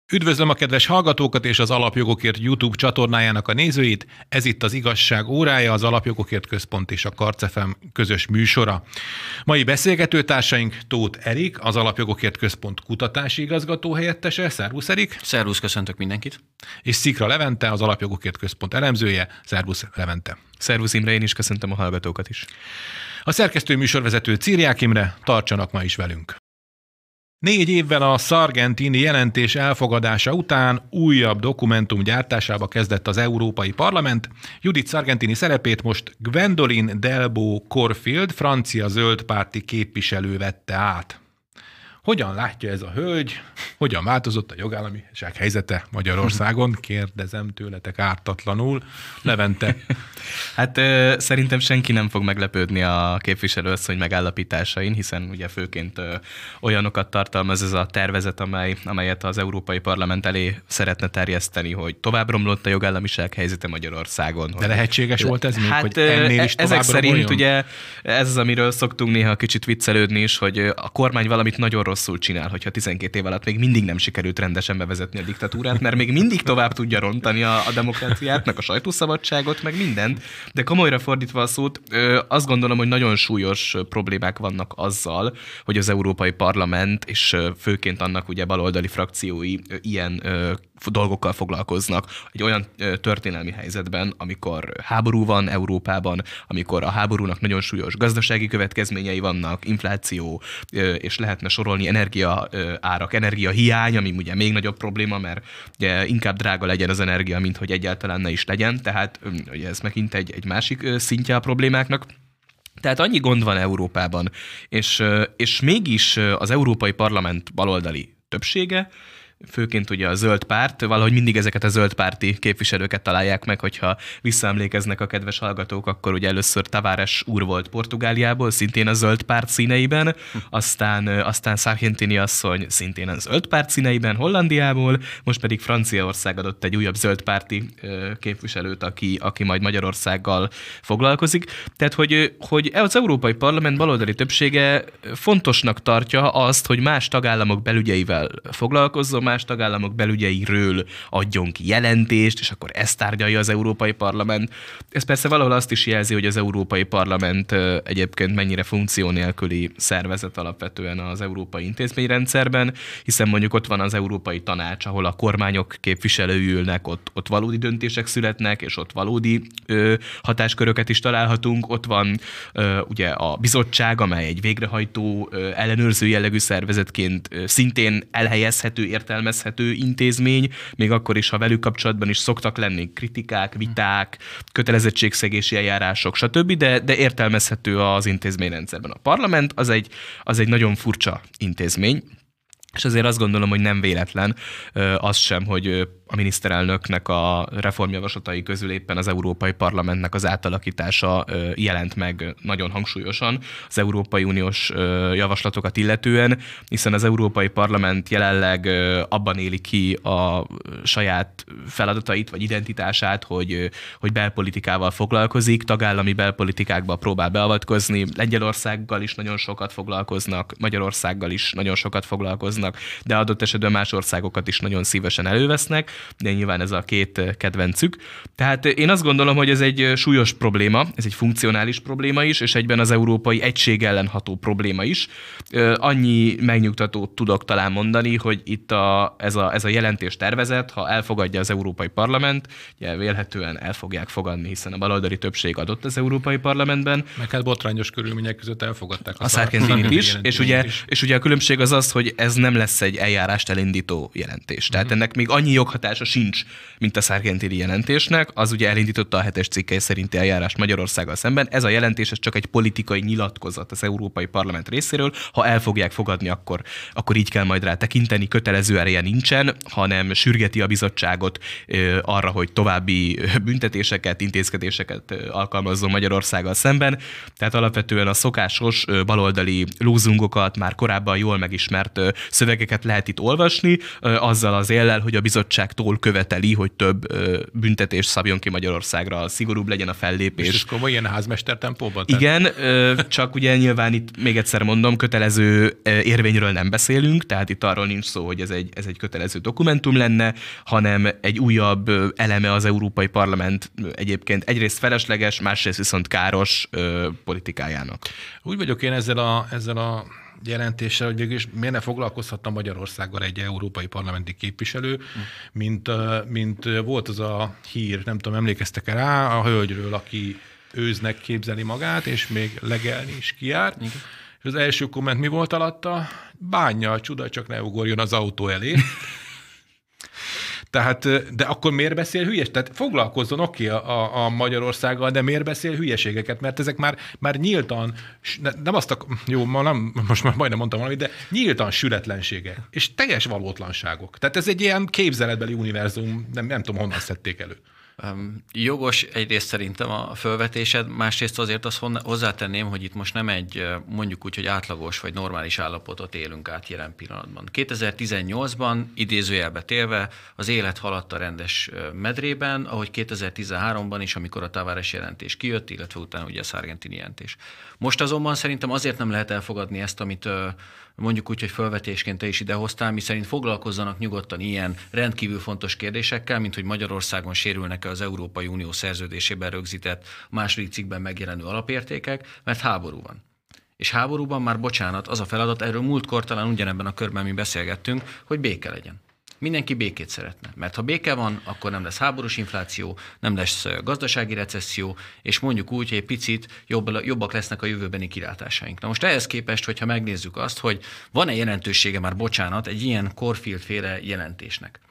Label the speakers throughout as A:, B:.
A: Üdvözlöm a kedves hallgatókat és az Alapjogokért YouTube csatornájának a nézőit. Ez itt az Igazság órája, az Alapjogokért Központ és a Karc FM közös műsora. Mai beszélgetőtársaink Tóth Erik, az Alapjogokért Központ kutatási igazgató helyettese. Szervusz Erik!
B: Szervusz, köszöntök mindenkit!
A: És Szikra Levente, az Alapjogokért Központ elemzője. Szervusz Levente!
C: Szervusz Imre, én is köszöntöm a hallgatókat is.
A: A szerkesztő műsorvezető Ciriák Imre, tartsanak ma is velünk! 4 évvel a Sargentini jelentés elfogadása után újabb dokumentum gyártásába kezdett az Európai Parlament. Judith Sargentini szerepét most Gwendoline Delbos-Corfield, francia zöldpárti képviselő vette át. Hogyan látja ez a hölgy? Hogyan változott a jogállamiság helyzete Magyarországon? Kérdezem tőletek ártatlanul. Levente.
C: Hát szerintem senki nem fog meglepődni a képviselőasszony megállapításain, hiszen ugye főként olyanokat tartalmaz ez a tervezet, amelyet az Európai Parlament elé szeretne terjeszteni, hogy tovább romlott a jogállamiság helyzete Magyarországon.
A: De lehetséges volt ez még,
C: hát,
A: hogy ennél is tovább
C: ezek szerint
A: romoljon?
C: ugye ez az, amiről szoktunk néha kicsit viccelődni is, hogy a kormány valamit nagyon rosszul csinál, hogyha 12 év alatt még mindig nem sikerült rendesen bevezetni a diktatúrát, mert még mindig tovább tudja rontani a demokráciát, meg a sajtószabadságot, meg mindent. De komolyra fordítva a szót, azt gondolom, hogy nagyon súlyos problémák vannak azzal, hogy az Európai Parlament, és főként annak ugye baloldali frakciói ilyen dolgokkal foglalkoznak. Egy olyan történelmi helyzetben, amikor háború van Európában, amikor a háborúnak nagyon súlyos gazdasági következményei vannak, infláció, és lehetne sorolni energiaárak, energiahiány, ami ugye még nagyobb probléma, mert ugye inkább drága legyen az energia, mint hogy egyáltalán ne is legyen. Tehát ugye ez megint egy másik szintje a problémáknak. Tehát annyi gond van Európában, és mégis az Európai Parlament baloldali többsége, főként ugye a zöld párt, valahogy mindig ezeket a zöld párti képviselőket találják meg, hogyha visszaemlékeznek a kedves hallgatók, akkor ugye először Tavares úr volt Portugáliából, szintén a zöld párt színeiben, aztán Sargentini asszony szintén a zöld párt színeiben Hollandiából, most pedig Franciaország adott egy újabb zöld párti képviselőt, aki majd Magyarországgal foglalkozik. Tehát, hogy az Európai Parlament baloldali többsége fontosnak tartja azt, hogy más tagállamok belügyeivel foglalkozzon, más tagállamok belügyeiről adjon ki jelentést, és akkor ezt tárgyalja az Európai Parlament. Ez persze valahol azt is jelzi, hogy az Európai Parlament egyébként mennyire funkció nélküli szervezet alapvetően az európai intézményrendszerben, hiszen mondjuk ott van az Európai Tanács, ahol a kormányok képviselői ülnek, ott valódi döntések születnek, és ott valódi hatásköröket is találhatunk. Ott van ugye a bizottság, amely egy végrehajtó, ellenőrző jellegű szervezetként szintén elhelyezhető, értelmezhető intézmény, még akkor is, ha velük kapcsolatban is szoktak lenni kritikák, viták, kötelezettségszegési eljárások, stb., de értelmezhető az intézményrendszerben. A parlament az egy nagyon furcsa intézmény, és azért azt gondolom, hogy nem véletlen az sem, hogy a miniszterelnöknek a reformjavaslatai közül éppen az Európai Parlamentnek az átalakítása jelent meg nagyon hangsúlyosan az Európai Uniós javaslatokat illetően, hiszen az Európai Parlament jelenleg abban éli ki a saját feladatait vagy identitását, hogy belpolitikával foglalkozik, tagállami belpolitikákba próbál beavatkozni, Lengyelországgal is nagyon sokat foglalkoznak, Magyarországgal is nagyon sokat foglalkoznak, de adott esetben más országokat is nagyon szívesen elővesznek, de nyilván ez a két kedvencük. Tehát én azt gondolom, hogy ez egy súlyos probléma, ez egy funkcionális probléma is, és egyben az európai egység ellen ható probléma is. Annyi megnyugtatót tudok talán mondani, hogy itt ez a jelentés tervezet, ha elfogadja az Európai Parlament, ugye vélhetően el fogják fogadni, hiszen a baloldali többség adott az Európai Parlamentben.
A: Meg hát botrányos körülmények között elfogadták
C: a Sargentinit is, és ugye a különbség az, hogy ez nem lesz egy eljárást elindító jelentés. Tehát ennek még annyi joghatása sincs, mint a Sargentini jelentésnek, az ugye elindította a 7-es cikkely szerinti eljárást Magyarországgal szemben. Ez a jelentés, ez csak egy politikai nyilatkozat az Európai Parlament részéről. Ha el fogják fogadni, akkor így kell majd rá tekinteni, kötelező ereje nincsen, hanem sürgeti a bizottságot arra, hogy további büntetéseket, intézkedéseket alkalmazzon Magyarországgal szemben. Tehát alapvetően a szokásos baloldali lózungokat, már korábban jól megismert szövegeket lehet itt olvasni, azzal az éllel, hogy a bizottság NATO-tól követeli, hogy több büntetést szabjon ki Magyarországra, szigorúbb legyen a fellépés.
A: És ez komoly ilyen házmester tempóban?
C: Igen, csak ugye nyilván itt még egyszer mondom, kötelező érvényről nem beszélünk, tehát itt arról nincs szó, hogy ez egy kötelező dokumentum lenne, hanem egy újabb eleme az Európai Parlament egyébként egyrészt felesleges, másrészt viszont káros politikájának.
A: Úgy vagyok én ezzel a jelentéssel, hogy végülis miért ne foglalkozhatna Magyarországgal egy európai parlamenti képviselő, mint volt az a hír, nem tudom, emlékeztek-e rá, a hölgyről, aki őznek képzeli magát, és még legelni is kijár. Igen. És az első komment mi volt alatta? Bánja a csuda, csak ne ugorjon az autó elé. Tehát, de akkor miért beszél hülyes? Tehát foglalkozzon a Magyarországgal, de miért beszél hülyeségeket? Mert ezek már nyíltan, nem azt most már majdnem mondtam valamit, de nyíltan sületlenségek, és teljes valótlanságok. Tehát ez egy ilyen képzeletbeli univerzum, nem tudom, honnan szedték elő.
B: Jogos egyrészt szerintem a felvetésed, másrészt azért azt hozzátenném, hogy itt most nem egy mondjuk úgy, hogy átlagos vagy normális állapotot élünk át jelen pillanatban. 2018-ban idézőjelbe télve az élet haladt a rendes medrében, ahogy 2013-ban is, amikor a Tavares jelentés kijött, illetve utána ugye a Sargentini jelentés. Most azonban szerintem azért nem lehet elfogadni ezt, amit mondjuk úgy, hogy felvetésként te is idehoztál, miszerint foglalkozzanak nyugodtan ilyen rendkívül fontos kérdésekkel, mint hogy Magyarországon sérülnek-e az Európai Unió szerződésében rögzített második cikkben megjelenő alapértékek, mert háború van. És háborúban már, bocsánat, az a feladat, erről múltkor talán ugyanebben a körben mi beszélgettünk, hogy béke legyen. Mindenki békét szeretne, mert ha béke van, akkor nem lesz háborús infláció, nem lesz gazdasági recesszió, és mondjuk úgy, hogy egy picit jobbak lesznek a jövőbeni kilátásaink. Na most ehhez képest, hogyha megnézzük azt, hogy van-e jelentősége már, bocsánat, egy ilyen Corfield-féle jelentésnek.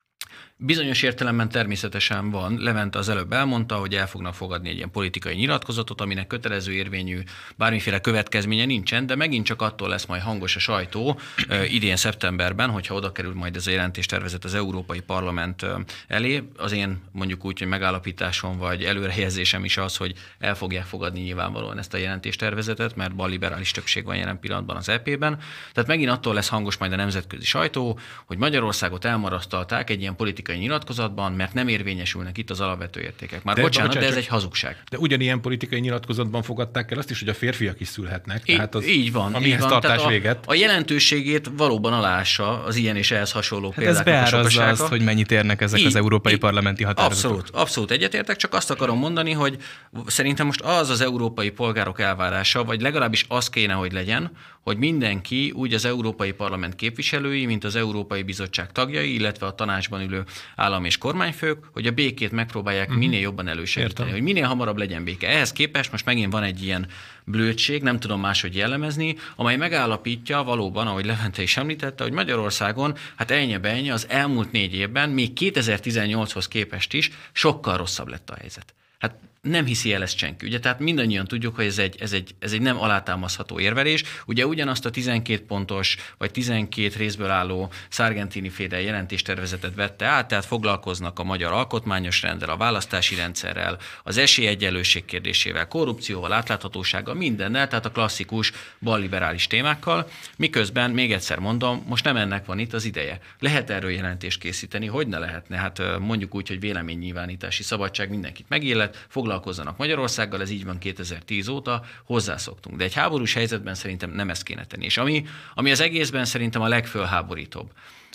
B: Bizonyos értelemben természetesen van. Levente az előbb elmondta, hogy el fognak fogadni egy ilyen politikai nyilatkozatot, aminek kötelező érvényű bármiféle következménye nincsen, de megint csak attól lesz majd hangos a sajtó idén szeptemberben, hogyha oda kerül majd ez a jelentéstervezet az Európai Parlament elé. Az én mondjuk úgy, hogy megállapításom vagy előrejelzésem is az, hogy el fogják fogadni nyilvánvalóan ezt a jelentéstervezetet, mert balliberális többség van jelen pillanatban az EP-ben. Tehát megint attól lesz hangos majd a nemzetközi sajtó, hogy Magyarországot elmarasztalták egy ilyen politikai nyilatkozatban, mert nem érvényesülnek itt az alapvető értékek. Már bocsánat, de ez egy hazugság.
A: De ugyanilyen politikai nyilatkozatban fogadták el azt is, hogy a férfiak is szülhetnek. Tehát az,
B: így van.
A: Amihez tartás véget.
B: A jelentőségét valóban aláássa az ilyen és ehhez hasonló
C: példáknak a sokasága. Ez beárazza azt, hogy mennyit érnek ezek az európai parlamenti határozatok.
B: Abszolút egyetértek, csak azt akarom mondani, hogy szerintem most az európai polgárok elvárása, vagy legalábbis az kéne, hogy legyen, hogy mindenki, úgy az Európai Parlament képviselői, mint az Európai Bizottság tagjai, illetve a tanácsban ülő állam- és kormányfők, hogy a békét megpróbálják minél jobban elősegíteni, hogy minél hamarabb legyen béke. Ehhez képest most megint van egy ilyen blödség, nem tudom máshogy jellemezni, amely megállapítja valóban, ahogy Levente is említette, hogy Magyarországon hát ennyi az elmúlt 4 évben, még 2018-hoz képest is sokkal rosszabb lett a helyzet. Hát nem hiszi el ezt senki. Ugye, tehát mindannyian tudjuk, hogy ez egy nem alátámasztható érvelés. Ugye ugyanazt a 12 pontos, vagy 12 részből álló Sargentini-féle jelentéstervezetet vette át, tehát foglalkoznak a magyar alkotmányos renddel, a választási rendszerrel, az esélyegyenlőség kérdésével, korrupcióval, átláthatósággal, mindennel, tehát a klasszikus balliberális témákkal, miközben, még egyszer mondom, most nem ennek van itt az ideje. Lehet erről jelentést készíteni, hogy ne lehetne? Hát mondjuk úgy, hogy véleménynyilvánítási szabadság mindenkit megillet, foglalkozzanak Magyarországgal, ez így van 2010 óta, hozzászoktunk. De egy háborús helyzetben szerintem nem ezt kéne tenni. És ami az egészben szerintem a legfölháborítóbb,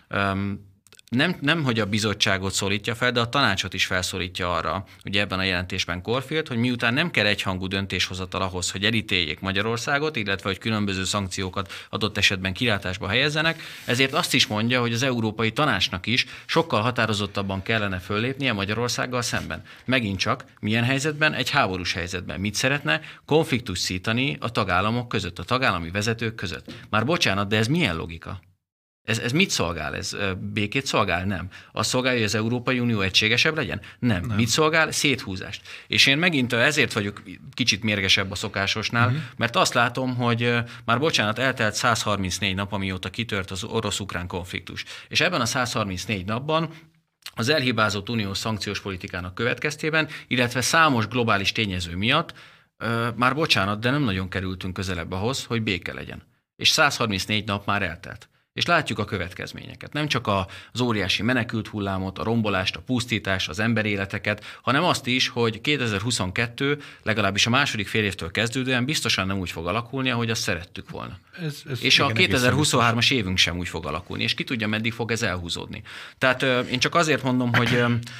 B: nem, hogy a bizottságot szólítja fel, de a tanácsot is felszólítja arra, ugye ebben a jelentésben Corfield, hogy miután nem kell egyhangú döntéshozatal ahhoz, hogy elítéljék Magyarországot, illetve hogy különböző szankciókat adott esetben kilátásba helyezzenek, ezért azt is mondja, hogy az Európai Tanácsnak is sokkal határozottabban kellene föllépnie Magyarországgal szemben. Megint csak milyen helyzetben? Egy háborús helyzetben. Mit szeretne? Konfliktust szítani a tagállamok között, a tagállami vezetők között. Már bocsánat, de ez milyen logika? Ez mit szolgál? Ez békét szolgál? Nem. Azt szolgálja, hogy az Európai Unió egységesebb legyen? Nem. Mit szolgál? Széthúzást. És én megint ezért vagyok kicsit mérgesebb a szokásosnál, mert azt látom, hogy már bocsánat, eltelt 134 nap, amióta kitört az orosz-ukrán konfliktus. És ebben a 134 napban az elhibázott uniós szankciós politikának következtében, illetve számos globális tényező miatt már bocsánat, de nem nagyon kerültünk közelebb ahhoz, hogy béke legyen. És 134 nap már eltelt. És látjuk a következményeket. Nem csak az óriási menekült hullámot, a rombolást, a pusztítást, az emberéleteket, hanem azt is, hogy 2022 legalábbis a második fél évtől kezdődően biztosan nem úgy fog alakulni, ahogy azt szerettük volna. És a 2023-as évünk sem úgy fog alakulni, és ki tudja, meddig fog ez elhúzódni. Tehát én csak azért mondom, hogy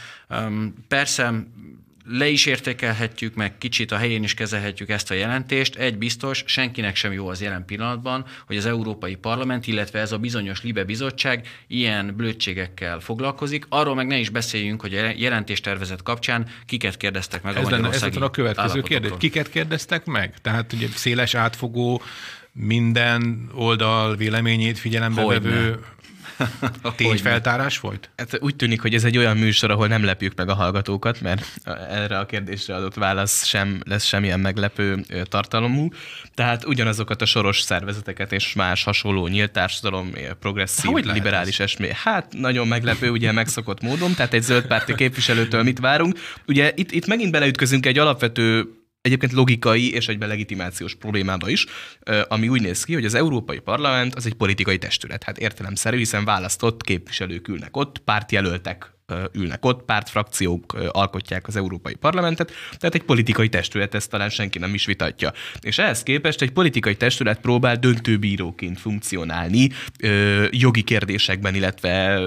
B: persze le is értékelhetjük, meg kicsit a helyén is kezelhetjük ezt a jelentést. Egy biztos, senkinek sem jó az jelen pillanatban, hogy az Európai Parlament, illetve ez a bizonyos Libe bizottság ilyen blödségekkel foglalkozik. Arról meg ne is beszéljünk, hogy a jelentéstervezet kapcsán kiket kérdeztek meg a magyarországi
A: Ez a következő kérdés. Kiket kérdeztek meg? Tehát ugye széles átfogó, minden oldal véleményét figyelembe vevő tényfeltárás volt?
C: Hát úgy tűnik, hogy ez egy olyan műsor, ahol nem lepjük meg a hallgatókat, mert erre a kérdésre adott válasz sem lesz semmilyen meglepő tartalomú. Tehát ugyanazokat a soros szervezeteket és más hasonló nyílt társadalom, progresszív, liberális esmé. Hát nagyon meglepő, ugye megszokott módon, tehát egy zöldpárti képviselőtől mit várunk. Ugye itt megint beleütközünk egy alapvető egyébként logikai és egyben legitimációs problémába is, ami úgy néz ki, hogy az Európai Parlament az egy politikai testület. Hát értelemszerű, hiszen választott képviselők ülnek ott, pártjelöltek ülnek ott, pártfrakciók alkotják az Európai Parlamentet, tehát egy politikai testület, ezt talán senki nem is vitatja. És ehhez képest egy politikai testület próbál döntőbíróként funkcionálni jogi kérdésekben, illetve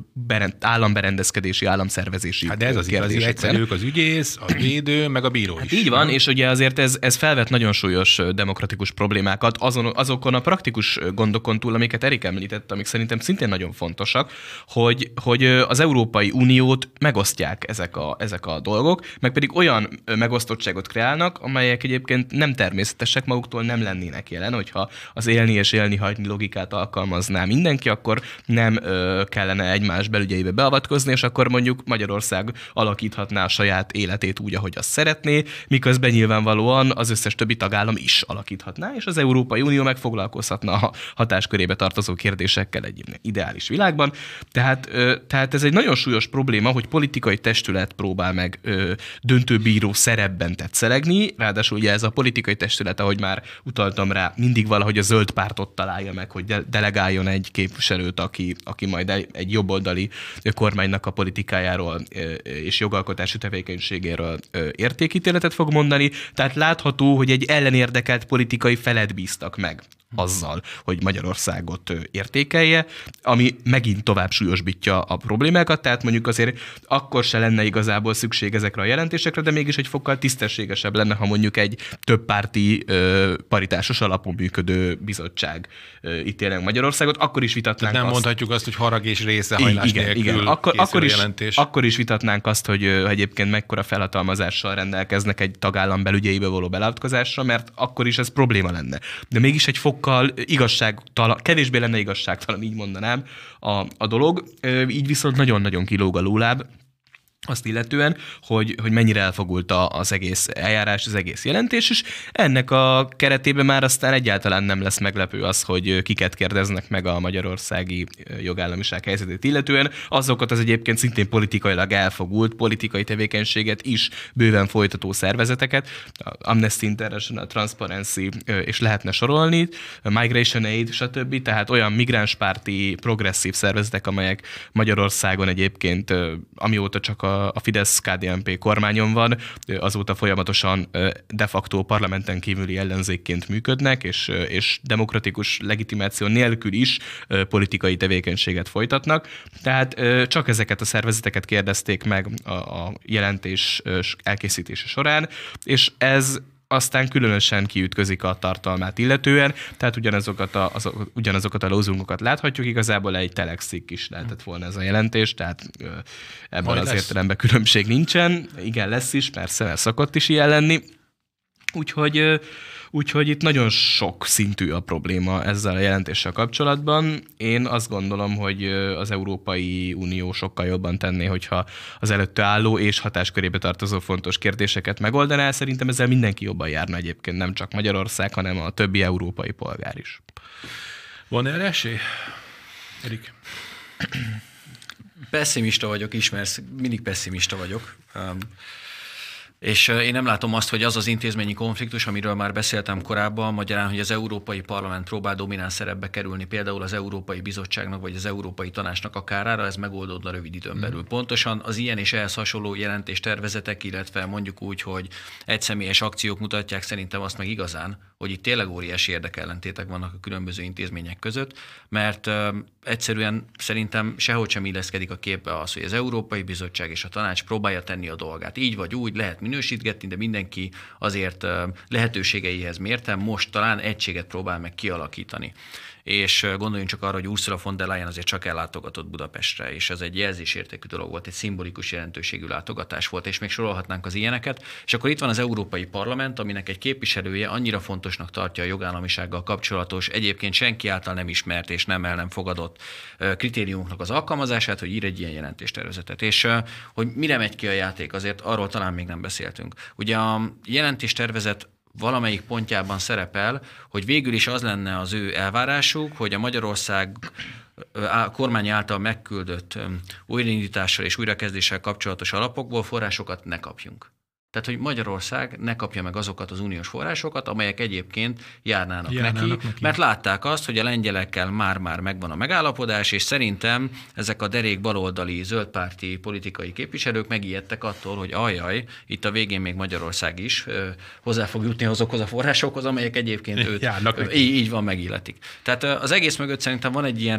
C: államberendezkedési, államszervezési
A: kérdésekben. Hát de ez az igazi egyszerűk, az ügyész, a védő, meg a bíró is.
C: Így van, és ugye azért ez felvet nagyon súlyos demokratikus problémákat azokon a praktikus gondokon túl, amiket Erik említett, amik szerintem szintén nagyon fontosak, hogy az Európai Uniót megosztják ezek a dolgok, meg pedig olyan megosztottságot kreálnak, amelyek egyébként nem természetesek, maguktól nem lennének jelen, hogyha az élni és élni hagyni logikát alkalmazná mindenki, akkor nem kellene egymás belügyeibe beavatkozni, és akkor mondjuk Magyarország alakíthatná a saját életét úgy, ahogy azt szeretné, miközben nyilvánvalóan az összes többi tagállam is alakíthatná, és az Európai Unió megfoglalkozhatna a hatáskörébe tartozó kérdésekkel egy ideális világban. Tehát ez egy nagyon súlyos probléma, hogy politikai testület próbál meg döntőbíró szerepben tetszelegni, ráadásul ugye ez a politikai testület, ahogy már utaltam rá, mindig valahogy a zöld pártot találja meg, hogy delegáljon egy képviselőt, aki majd egy jobboldali kormánynak a politikájáról és jogalkotási tevékenységéről értékítéletet fog mondani. Tehát látható, hogy egy ellenérdekelt politikai felet bíztak meg azzal, hogy Magyarországot értékelje, ami megint tovább súlyosbítja a problémákat, tehát mondjuk azért akkor se lenne igazából szükség ezekre a jelentésekre, de mégis egy fokkal tisztességesebb lenne, ha mondjuk egy többpárti paritásos alapon működő bizottság ítélnek Magyarországot, akkor is vitatnánk
A: nem mondhatjuk azt, hogy harag és részehajlás nélkül
C: akkor is vitatnánk azt, hogy egyébként mekkora felhatalmazással rendelkeznek egy tagállam belügyeibe való beavatkozásra, mert akkor is ez probléma lenne. De mégis egy fokkal kevésbé lenne igazságtalan, így mondanám a dolog. Így viszont nagyon-nagyon kilóg a lóláb azt illetően, hogy mennyire elfogult az egész eljárás, az egész jelentés, és ennek a keretében már aztán egyáltalán nem lesz meglepő az, hogy kiket kérdeznek meg a magyarországi jogállamiság helyzetét illetően. Azokat az egyébként szintén politikailag elfogult politikai tevékenységet is bőven folytató szervezeteket, Amnesty International, Transparency, és lehetne sorolni, Migration Aid, stb. Tehát olyan migránspárti, progresszív szervezetek, amelyek Magyarországon egyébként, amióta csak a Fidesz-KDNP kormányon van, azóta folyamatosan de facto parlamenten kívüli ellenzékként működnek, és demokratikus legitimáció nélkül is politikai tevékenységet folytatnak. Tehát csak ezeket a szervezeteket kérdezték meg a jelentés elkészítése során, és ez aztán különösen kiütközik a tartalmát illetően, tehát ugyanazokat a lózungokat láthatjuk, igazából egy telexig is lehetett volna ez a jelentés, tehát ebben az értelemben különbség nincsen. Igen, lesz is, persze, mert szokott is ilyen lenni. Úgyhogy itt nagyon sok szintű a probléma ezzel a jelentéssel kapcsolatban. Én azt gondolom, hogy az Európai Unió sokkal jobban tenné, hogyha az előtte álló és hatáskörébe tartozó fontos kérdéseket megoldaná. Szerintem ezzel mindenki jobban járna egyébként, nem csak Magyarország, hanem a többi európai polgár is.
A: Van erre esély? Erik?
B: Pessimista vagyok, ismersz, mindig pessimista vagyok. És én nem látom azt, hogy az az intézményi konfliktus, amiről már beszéltem korábban, magyarán, hogy az Európai Parlament próbál domináns szerepbe kerülni, például az Európai Bizottságnak vagy az Európai Tanácsnak a kárára, ez megoldódna rövid időn belül. Pontosan az ilyen és ehhez hasonló jelentéstervezetek, illetve mondjuk úgy, hogy egyszemélyes akciók mutatják szerintem azt meg igazán, hogy itt tényleg óriási érdekellentétek vannak a különböző intézmények között, mert egyszerűen szerintem sehogy sem illeszkedik a képbe az, hogy az Európai Bizottság és a Tanács próbálja tenni a dolgát. Így vagy úgy lehet minősítgetni, de mindenki azért lehetőségeihez mérten most talán egységet próbál meg kialakítani. És gondoljunk csak arra, hogy Ursula von der Leyen azért csak ellátogatott Budapestre, és ez egy jelzésértékű dolog volt, egy szimbolikus jelentőségű látogatás volt, és még sorolhatnánk az ilyeneket. És akkor itt van az Európai Parlament, aminek egy képviselője annyira fontosnak tartja a jogállamisággal kapcsolatos, egyébként senki által nem ismert és nem fogadott kritériumoknak az alkalmazását, hogy ír egy ilyen jelentéstervezetet. És hogy mire megy ki a játék, azért arról talán még nem beszéltünk. Ugye a jelentéstervezet valamelyik pontjában szerepel, hogy végül is az lenne az ő elvárásuk, hogy a Magyarország kormány által megküldött újraindítással és újrakezdéssel kapcsolatos alapokból forrásokat ne kapjunk. Tehát, hogy Magyarország ne kapja meg azokat az uniós forrásokat, amelyek egyébként járnának neki, mert látták azt, hogy a lengyelekkel már megvan a megállapodás, és szerintem ezek a derék baloldali zöldpárti politikai képviselők megijedtek attól, hogy ajaj, itt a végén még Magyarország is hozzá fog jutni azokhoz a forrásokhoz, amelyek egyébként őt így van, megilletik. Tehát az egész mögött szerintem van egy ilyen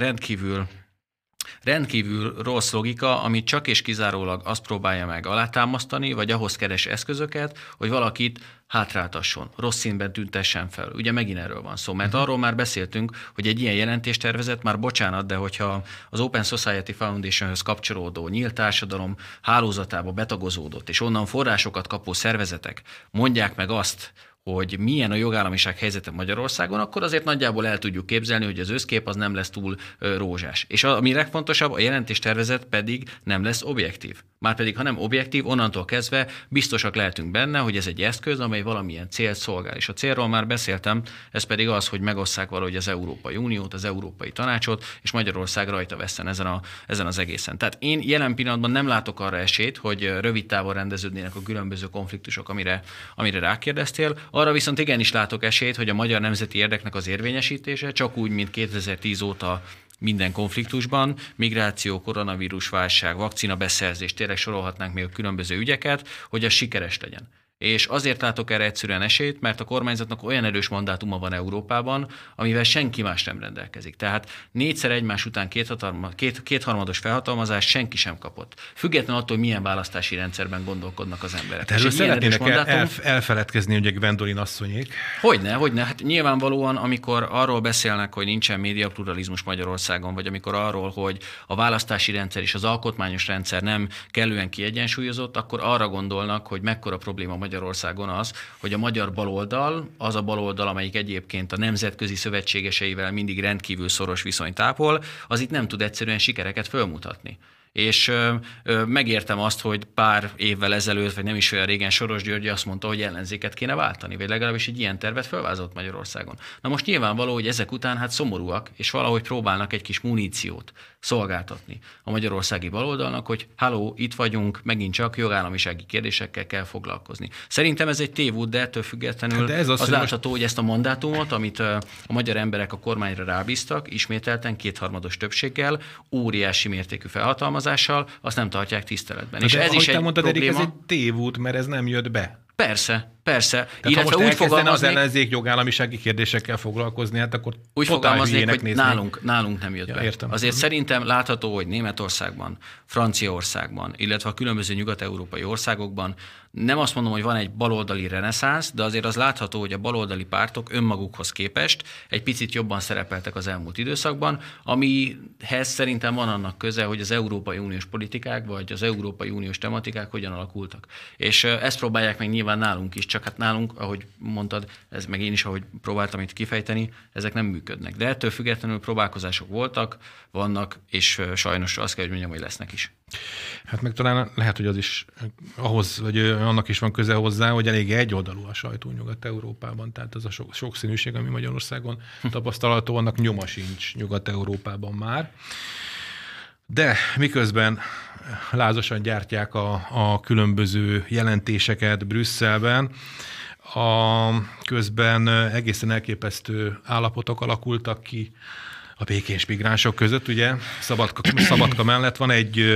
B: rendkívül rossz logika, amit csak és kizárólag azt próbálja meg alátámasztani, vagy ahhoz keres eszközöket, hogy valakit hátráltasson, rossz színben tüntessen fel. Ugye megint erről van szó, mert arról már beszéltünk, hogy egy ilyen jelentéstervezet, már bocsánat, de hogyha az Open Society Foundationhöz kapcsolódó nyílt társadalom hálózatába betagozódott, és onnan forrásokat kapó szervezetek mondják meg azt, hogy milyen a jogállamiság helyzete Magyarországon, akkor azért nagyjából el tudjuk képzelni, hogy az összkép az nem lesz túl rózsás. És ami legfontosabb, a jelentéstervezet pedig nem lesz objektív. Márpedig, ha nem objektív, onnantól kezdve biztosak lehetünk benne, hogy ez egy eszköz, amely valamilyen célt szolgál. És a célról már beszéltem, ez pedig az, hogy megosszák valahogy az Európai Uniót, az Európai Tanácsot, és Magyarország rajta vesszen ezen az egészen. Tehát én jelen pillanatban nem látok arra esélyt, hogy rövid távon rendeződnének a különböző konfliktusok, amire rákérdeztél. Arra viszont igenis látok esélyt, hogy a magyar nemzeti érdeknek az érvényesítése, csak úgy, mint 2010 óta minden konfliktusban, migráció, koronavírus válság, vakcina beszerzés, tényleg sorolhatnánk még a különböző ügyeket, hogy az sikeres legyen. És azért látok erre egyszerűen esélyt, mert a kormányzatnak olyan erős mandátuma van Európában, amivel senki más nem rendelkezik. Tehát 4-szer egymás után kétharmados felhatalmazást senki sem kapott. Független attól, hogy milyen választási rendszerben gondolkodnak az emberek.
A: Erről szeretnének elfeledkezni, ugye Gwendolyn asszonyék.
B: Hogyne. Hát nyilvánvalóan, amikor arról beszélnek, hogy nincsen médiapluralizmus Magyarországon, vagy amikor arról, hogy a választási rendszer és az alkotmányos rendszer nem kellően kiegyensúlyozott, akkor arra gondolnak, hogy mekkora probléma Magyarországon az, hogy a magyar baloldal, az a baloldal, amelyik egyébként a nemzetközi szövetségeseivel mindig rendkívül szoros viszonyt ápol, az itt nem tud egyszerűen sikereket fölmutatni. És megértem azt, hogy pár évvel ezelőtt, vagy nem is olyan régen Soros György azt mondta, hogy ellenzéket kéne váltani, vagy legalábbis egy ilyen tervet felvázolt Magyarországon. Na most nyilvánvaló, hogy ezek után hát szomorúak, és valahogy próbálnak egy kis muníciót szolgáltatni a magyarországi baloldalnak, hogy halló, itt vagyunk, megint csak jogállamisági kérdésekkel kell foglalkozni. Szerintem ez egy tévút, de ettől függetlenül az látható, hogy ezt a mandátumot, amit a magyar emberek a kormányra rábíztak, ismételten kétharmados többséggel, óriási mértékű felhatalmazással, azt nem tartják tiszteletben.
A: De és ez is egy probléma. Erik, ez egy tévút, mert ez nem jött be.
B: Persze.
A: Tehát ha most elkezdene az ellenzék jogállamisági kérdésekkel foglalkozni, hát akkor
B: úgy fogalmaznék, hogy nálunk nem jött be.
A: Értem.
B: Azért szerintem látható, hogy Németországban, Franciaországban, illetve a különböző nyugat-európai országokban nem azt mondom, hogy van egy baloldali reneszánsz, de azért az látható, hogy a baloldali pártok önmagukhoz képest egy picit jobban szerepeltek az elmúlt időszakban, amihez szerintem van annak köze, hogy az Európai Uniós politikák vagy az Európai Uniós tematikák hogyan alakultak. És ezt próbálják meg nyilván nálunk is, csak hát nálunk, ahogy mondtad, ez meg én is, ahogy próbáltam itt kifejteni, ezek nem működnek. De ettől függetlenül próbálkozások voltak, vannak, és sajnos azt kell, hogy mondjam, hogy lesznek is.
A: Hát meg talán lehet, hogy az is ahhoz, vagy annak is van köze hozzá, hogy eléggé egyoldalú a sajtó Nyugat-Európában, tehát az a sokszínűség, ami Magyarországon tapasztalható, annak nyoma sincs Nyugat-Európában már. De miközben lázasan gyártják a különböző jelentéseket Brüsszelben. Közben egészen elképesztő állapotok alakultak ki a békés migránsok között, ugye Szabadka mellett van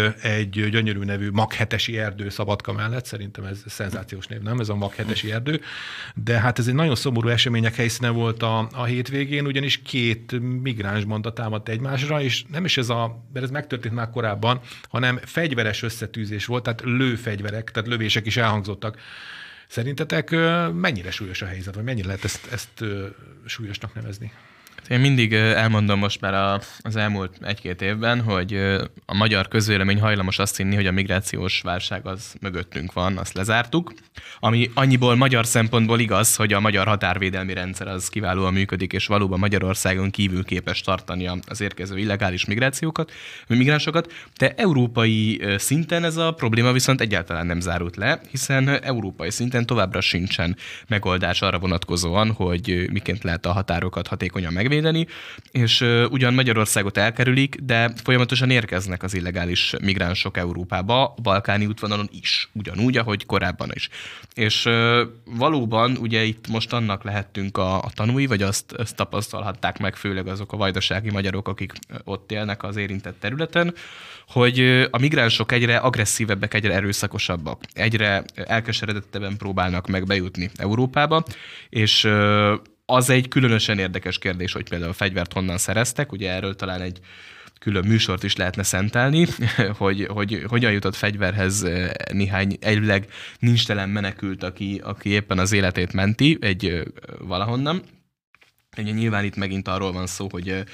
A: egy gyönyörű nevű Maghetesi erdő Szabadka mellett, szerintem ez szenzációs név, nem? Ez a Maghetesi erdő, de hát ez egy nagyon szomorú események helyszíne volt a hétvégén, ugyanis 2 migráns banda támadt egymásra, és nem is mert ez megtörtént már korábban, hanem fegyveres összetűzés volt, tehát lőfegyverek, tehát lövések is elhangzottak. Szerintetek mennyire súlyos a helyzet, vagy mennyire lehet ezt súlyosnak nevezni?
C: Én mindig elmondom most már az elmúlt 1-2 évben, hogy a magyar közvélemény hajlamos azt hinni, hogy a migrációs válság az mögöttünk van, azt lezártuk. Ami annyiból magyar szempontból igaz, hogy a magyar határvédelmi rendszer az kiválóan működik, és valóban Magyarországon kívül képes tartani az érkező illegális migránsokat, de európai szinten ez a probléma viszont egyáltalán nem zárult le, hiszen európai szinten továbbra sincsen megoldás arra vonatkozóan, hogy miként lehet a határokat hatékonyan megvédeni, és ugyan Magyarországot elkerülik, de folyamatosan érkeznek az illegális migránsok Európába, a balkáni útvonalon is, ugyanúgy, ahogy korábban is. És valóban ugye itt most annak lehettünk a tanúi, vagy azt tapasztalhatták meg főleg azok a vajdasági magyarok, akik ott élnek az érintett területen, hogy a migránsok egyre agresszívebbek, egyre erőszakosabbak, egyre elkeseredettebben próbálnak meg bejutni Európába, és az egy különösen érdekes kérdés, hogy például a fegyvert honnan szereztek, ugye erről talán egy külön műsort is lehetne szentelni, hogy hogyan jutott fegyverhez néhány egyleg nincstelen menekült, aki éppen az életét menti valahonnan. Ugye nyilván itt megint arról van szó,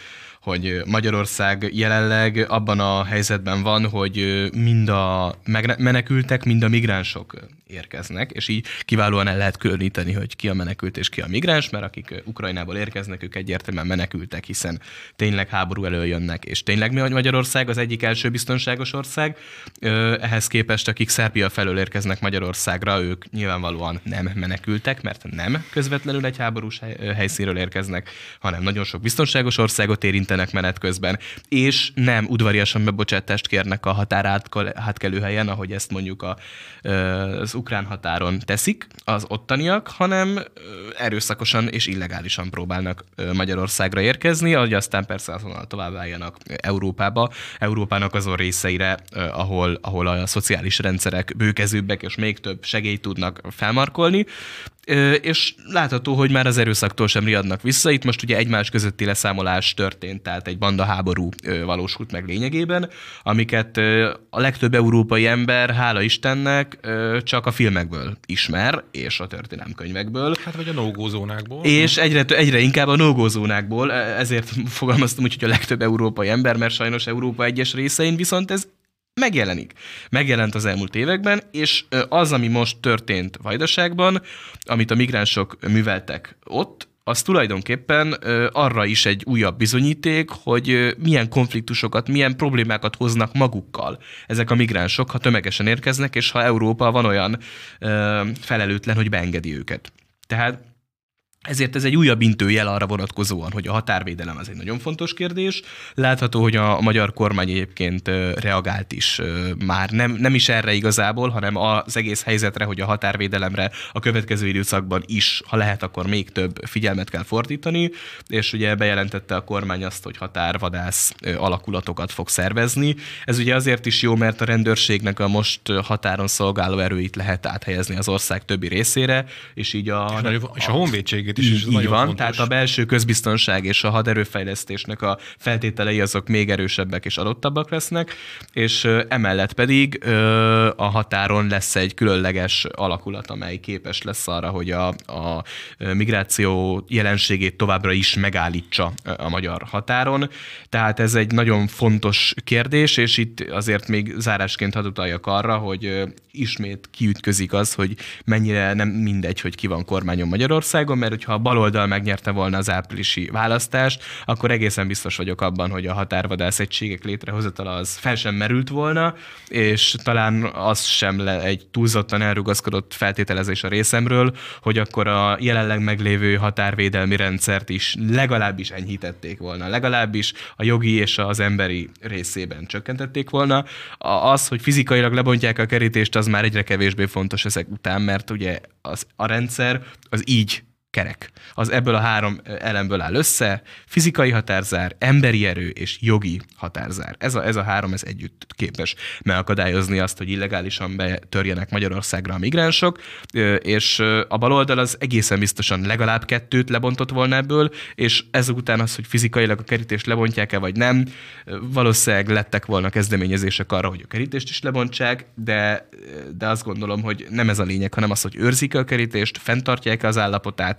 C: hogy Magyarország jelenleg abban a helyzetben van, hogy mind a menekültek, mind a migránsok érkeznek, és így kiválóan el lehet különíteni, hogy ki a menekült és ki a migráns, mert akik Ukrajnából érkeznek, ők egyértelműen menekültek, hiszen tényleg háború elől jönnek, és tényleg Magyarország az egyik első biztonságos ország. Ehhez képest, akik Szerbia felől érkeznek Magyarországra, ők nyilvánvalóan nem menekültek, mert nem közvetlenül egy háborús helyszínről érkeznek, hanem nagyon sok biztonságos országot érintenek menet közben, és nem udvariasan bebocsátást kérnek a határátkelőhelyen, ahogy ezt mondjuk az ukrán határon teszik az ottaniak, hanem erőszakosan és illegálisan próbálnak Magyarországra érkezni, ahogy aztán persze azonnal továbbálljanak Európába, Európának azon részeire, ahol a szociális rendszerek bőkezőbbek, és még több segélyt tudnak felmarkolni, és látható, hogy már az erőszaktól sem riadnak vissza. Itt most ugye egymás közötti leszámolás történt, tehát egy bandaháború valósult meg lényegében, amiket a legtöbb európai ember, hála Istennek, csak a filmekből ismer, és a történelemkönyvekből.
A: Hát vagy a no-go zónákból.
C: És egyre inkább a no-go zónákból, ezért fogalmaztam úgy, hogy a legtöbb európai ember, mert sajnos Európa egyes részein viszont ez megjelent az elmúlt években, és az, ami most történt Vajdaságban, amit a migránsok műveltek ott, az tulajdonképpen arra is egy újabb bizonyíték, hogy milyen konfliktusokat, milyen problémákat hoznak magukkal ezek a migránsok, ha tömegesen érkeznek, és ha Európa van olyan felelőtlen, hogy beengedi őket. Tehát ezért ez egy újabb intőjel arra vonatkozóan, hogy a határvédelem az egy nagyon fontos kérdés. Látható, hogy a magyar kormány egyébként reagált is már nem is erre igazából, hanem az egész helyzetre, hogy a határvédelemre a következő időszakban is, ha lehet, akkor még több figyelmet kell fordítani, és ugye bejelentette a kormány azt, hogy határvadász alakulatokat fog szervezni. Ez ugye azért is jó, mert a rendőrségnek a most határon szolgáló erőit lehet áthelyezni az ország többi részére, és így
A: és a honvédség
C: így van, fontos. Tehát a belső közbiztonság és a haderőfejlesztésnek a feltételei azok még erősebbek és adottabbak lesznek, és emellett pedig a határon lesz egy különleges alakulat, amely képes lesz arra, hogy a migráció jelenségét továbbra is megállítsa a magyar határon. Tehát ez egy nagyon fontos kérdés, és itt azért még zárásként hadd utaljak arra, hogy ismét kiütközik az, hogy mennyire nem mindegy, hogy ki van kormányon Magyarországon, mert hogyha a baloldal megnyerte volna az áprilisi választást, akkor egészen biztos vagyok abban, hogy a határvadász egységek létrehozatala az fel sem merült volna, és talán az sem egy túlzottan elrugaszkodott feltételezés a részemről, hogy akkor a jelenleg meglévő határvédelmi rendszert is legalábbis enyhítették volna, legalábbis a jogi és az emberi részében csökkentették volna. Az, hogy fizikailag lebontják a kerítést, az már egyre kevésbé fontos ezek után, mert ugye a rendszer az így kerek. Az ebből a 3 elemből áll össze, fizikai határzár, emberi erő és jogi határzár. Ez a 3 ez együtt képes megakadályozni azt, hogy illegálisan betörjenek Magyarországra a migránsok, és a baloldal az egészen biztosan legalább 2 lebontott volna ebből, és ezután az, hogy fizikailag a kerítést lebontják-e vagy nem, valószínűleg lettek volna kezdeményezések arra, hogy a kerítést is lebontsák, de azt gondolom, hogy nem ez a lényeg, hanem az, hogy őrzik a kerítést, fenntartják az állapotát,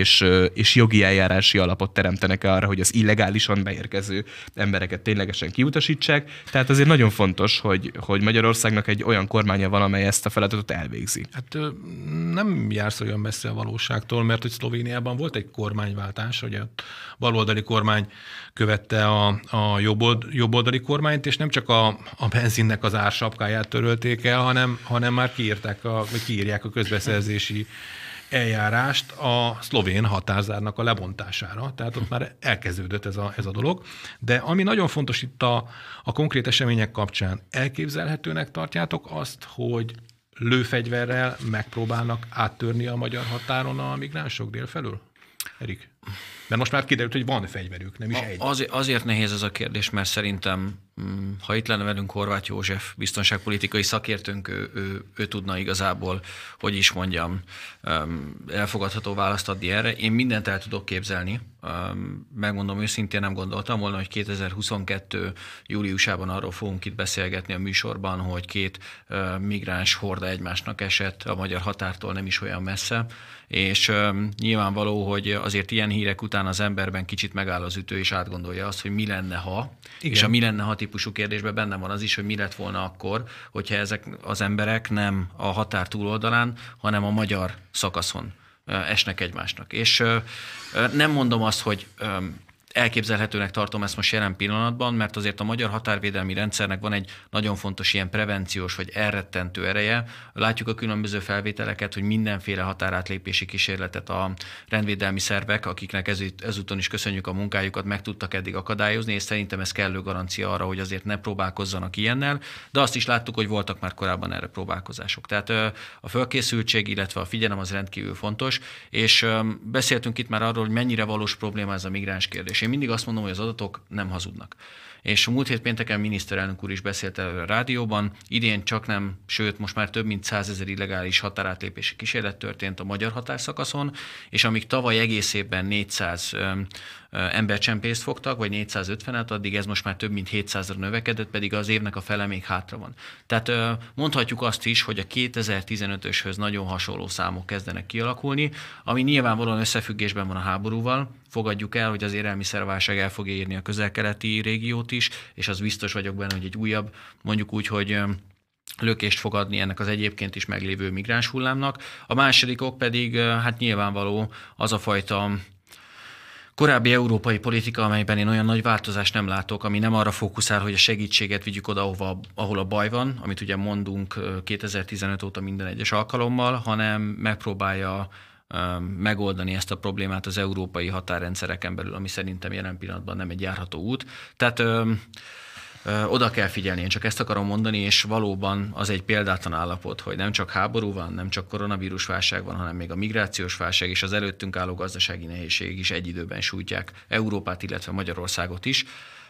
C: és jogi eljárási alapot teremtenek arra, hogy az illegálisan beérkező embereket ténylegesen kiutasítsák. Tehát azért nagyon fontos, hogy Magyarországnak egy olyan kormánya van, amely ezt a feladatot elvégzi.
A: Hát nem jársz olyan messze a valóságtól, mert hogy Szlovéniában volt egy kormányváltás, hogy a baloldali kormány követte a jobboldali kormányt, és nem csak a benzinnek az ársapkáját törölték el, hanem már kiírják a közbeszerzési eljárást a szlovén határzárnak a lebontására. Tehát ott már elkezdődött ez a dolog. De ami nagyon fontos itt a konkrét események kapcsán, elképzelhetőnek tartjátok azt, hogy lőfegyverrel megpróbálnak áttörni a magyar határon a migránsok délfelől? Erik? Mert most már kiderült, hogy van fegyverük, nem is egy.
B: Azért nehéz ez a kérdés, mert szerintem, ha itt lenne velünk Horváth József, biztonságpolitikai szakértőnk, ő tudna igazából, hogy is mondjam, elfogadható választ adni erre. Én mindent el tudok képzelni. Megmondom őszintén, nem gondoltam volna, hogy 2022. júliusában arról fogunk itt beszélgetni a műsorban, hogy 2 migráns horda egymásnak esett a magyar határtól nem is olyan messze, és nyilvánvaló, hogy azért ilyen hírek után az emberben kicsit megáll az ütő, és átgondolja azt, hogy mi lenne, ha. Igen. És a mi lenne, ha típusú kérdésben benne van az is, hogy mi lett volna akkor, hogyha ezek az emberek nem a határ túloldalán, hanem a magyar szakaszon esnek egymásnak. És nem mondom azt, hogy elképzelhetőnek tartom ezt most jelen pillanatban, mert azért a magyar határvédelmi rendszernek van egy nagyon fontos ilyen prevenciós vagy elrettentő ereje. Látjuk a különböző felvételeket, hogy mindenféle határátlépési kísérletet a rendvédelmi szervek, akiknek ezúton is köszönjük a munkájukat, meg tudtak eddig akadályozni, és szerintem ez kellő garancia arra, hogy azért ne próbálkozzanak ilyennel, de azt is láttuk, hogy voltak már korábban erre próbálkozások. Tehát a fölkészültség, illetve a figyelem az rendkívül fontos, és beszéltünk itt már arról, hogy mennyire valós probléma ez a migráns kérdés. Én mindig azt mondom, hogy az adatok nem hazudnak. És múlt hét pénteken miniszterelnök úr is beszélt erről a rádióban, idén csaknem, sőt most már több mint 100 000 illegális határátlépési kísérlet történt a magyar határszakaszon, és amíg tavaly egész évben 400 embercsempészt fogtak, vagy 450-et, addig ez most már több mint 700-ra növekedett, pedig az évnek a fele még hátra van. Tehát mondhatjuk azt is, hogy a 2015-öshöz nagyon hasonló számok kezdenek kialakulni, ami nyilvánvalóan összefüggésben van a háborúval. Fogadjuk el, hogy az élelmiszerválság el fogja érni a közel-keleti régiót is, és az biztos vagyok benne, hogy egy újabb, mondjuk úgy, hogy lökést fog adni ennek az egyébként is meglévő migráns hullámnak. A második ok pedig hát nyilvánvaló az a fajta korábbi európai politika, amelyben én olyan nagy változást nem látok, ami nem arra fókuszál, hogy a segítséget vigyük oda, ahol a baj van, amit ugye mondunk 2015 óta minden egyes alkalommal, hanem megpróbálja megoldani ezt a problémát az európai határrendszereken belül, ami szerintem jelen pillanatban nem egy járható út. Tehát oda kell figyelni, én csak ezt akarom mondani, és valóban az egy példátlan állapot, hogy nem csak háború van, nem csak koronavírus válság van, hanem még a migrációs válság és az előttünk álló gazdasági nehézségek is egy időben sújtják Európát, illetve Magyarországot is.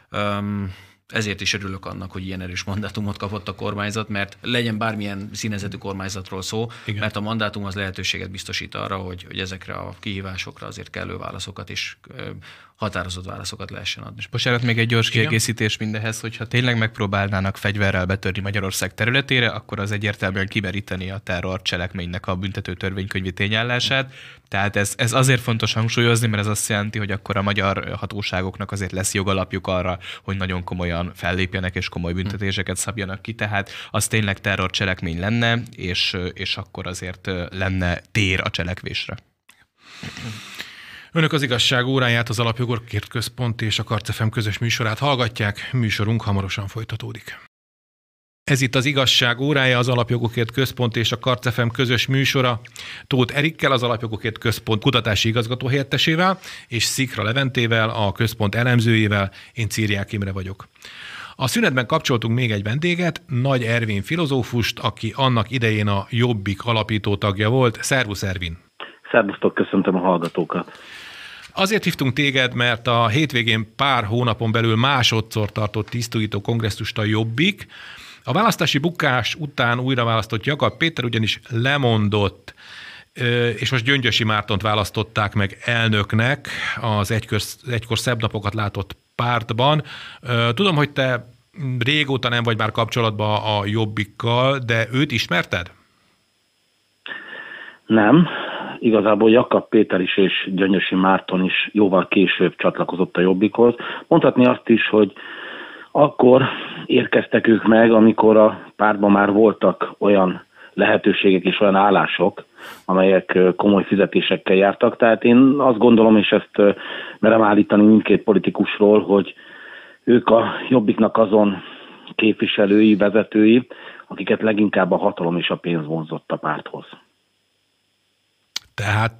B: Ezért is örülök annak, hogy ilyen erős mandátumot kapott a kormányzat, mert legyen bármilyen színezetű kormányzatról szó, igen. Mert a mandátum az lehetőséget biztosít arra, hogy ezekre a kihívásokra azért kellő válaszokat és határozott válaszokat lehessen adni.
C: Bocsánat, még egy gyors kiegészítés mindehez, hogyha tényleg megpróbálnának fegyverrel betörni Magyarország területére, akkor az egyértelműen kimeríteni a terrorcselekménynek a büntető törvénykönyvi tényállását. Tehát ez azért fontos hangsúlyozni, mert ez azt jelenti, hogy akkor a magyar hatóságoknak azért lesz jogalapjuk arra, hogy nagyon komolyan fellépjenek és komoly büntetéseket szabjanak ki. Tehát az tényleg terrorcselekmény lenne, és akkor azért lenne tér a cselekvésre.
A: Önök az Igazság óráját, az Alapjogokért Központ és a Karc FM közös műsorát hallgatják, műsorunk hamarosan folytatódik. Ez itt az Igazság órája, az Alapjogokért Központ és a Karc FM közös műsora. Tóth Erikkel, az Alapjogokért Központ kutatási igazgató helyettesével, és Szikra Leventével, a központ elemzőjével. Én Círiák Imre vagyok. A szünetben kapcsoltunk még egy vendéget, Nagy Ervin filozófust, aki annak idején a Jobbik alapító tagja volt. Szervusz, Ervin!
D: Szervusztok, köszöntöm a hallgatókat!
A: Azért hívtunk téged, mert a hétvégén pár hónapon belül másodszor tartott tisztújító kongresszust a Jobbik. A választási bukás után újra választott Jakab Péter ugyanis lemondott, és most Gyöngyösi Mártont választották meg elnöknek az egykor szebb napokat látott pártban. Tudom, hogy te régóta nem vagy már kapcsolatban a Jobbikkal, de őt ismerted?
D: Nem. Igazából Jakab Péter is és Gyöngyösi Márton is jóval később csatlakozott a Jobbikhoz. Mondhatni azt is, hogy akkor érkeztek ők meg, amikor a pártban már voltak olyan lehetőségek és olyan állások, amelyek komoly fizetésekkel jártak. Tehát én azt gondolom, és ezt merem állítani mindkét politikusról, hogy ők a Jobbiknak azon képviselői, vezetői, akiket leginkább a hatalom és a pénz vonzott a párthoz.
A: Tehát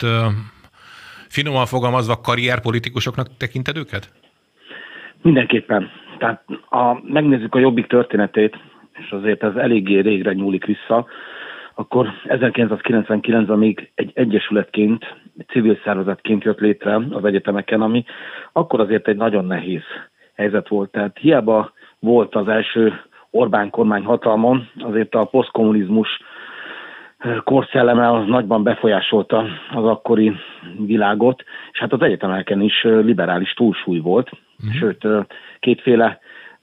A: finoman fogalmazva karrierpolitikusoknak tekinted őket? Mindenképpen.
D: Tehát megnézzük a Jobbik történetét, és azért ez eléggé régre nyúlik vissza, akkor 1999-ben még egy egyesületként, egy civil szervezetként jött létre az egyetemeken, ami akkor azért egy nagyon nehéz helyzet volt. Tehát hiába volt az első Orbán kormány hatalmon, azért a posztkommunizmus korszelleme az nagyban befolyásolta az akkori világot, és hát az egyetemeken is liberális túlsúly volt, sőt, kétféle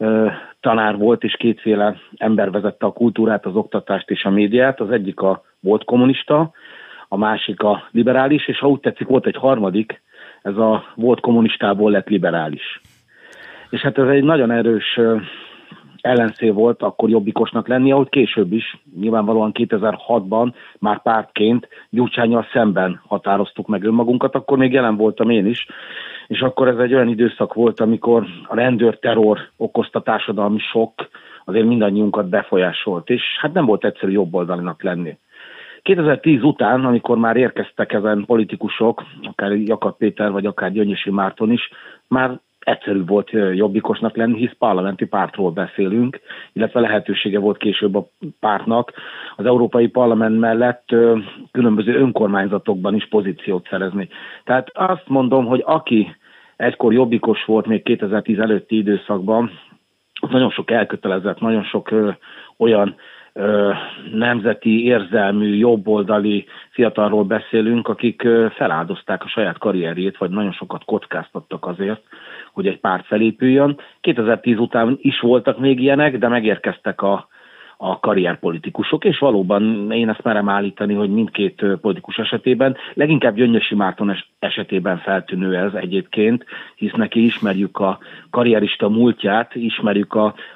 D: tanár volt, és kétféle ember vezette a kultúrát, az oktatást és a médiát. Az egyik volt kommunista, a másik a liberális, és ha úgy tetszik, volt egy harmadik, ez a volt kommunistából lett liberális. És hát ez egy nagyon erős ellenszél volt akkor jobbikosnak lenni, ahogy később is, nyilvánvalóan 2006-ban már pártként Gyurcsánnyal szemben határoztuk meg önmagunkat, akkor még jelen voltam én is, és akkor ez egy olyan időszak volt, amikor a rendőrterror okozta társadalmi sok azért mindannyiunkat befolyásolt, és hát nem volt egyszerű jobboldalinak lenni. 2010 után, amikor már érkeztek ezen politikusok, akár Jakab Péter vagy akár Gyöngyösi Márton is, már egyszerű volt jobbikosnak lenni, hisz parlamenti pártról beszélünk, illetve lehetősége volt később a pártnak az Európai Parlament mellett különböző önkormányzatokban is pozíciót szerezni. Tehát azt mondom, hogy aki egykor jobbikos volt még 2010 előtti időszakban, nagyon sok elkötelezett, nagyon sok olyan nemzeti, érzelmű, jobboldali fiatalról beszélünk, akik feláldozták a saját karrierjét, vagy nagyon sokat kockáztattak azért, hogy egy párt felépüljön. 2010 után is voltak még ilyenek, de megérkeztek a karrierpolitikusok, és valóban én ezt merem állítani, hogy mindkét politikus esetében, leginkább Gyöngyösi Márton esetében feltűnő ez egyébként, hisz neki ismerjük a karrierista múltját, ismerjük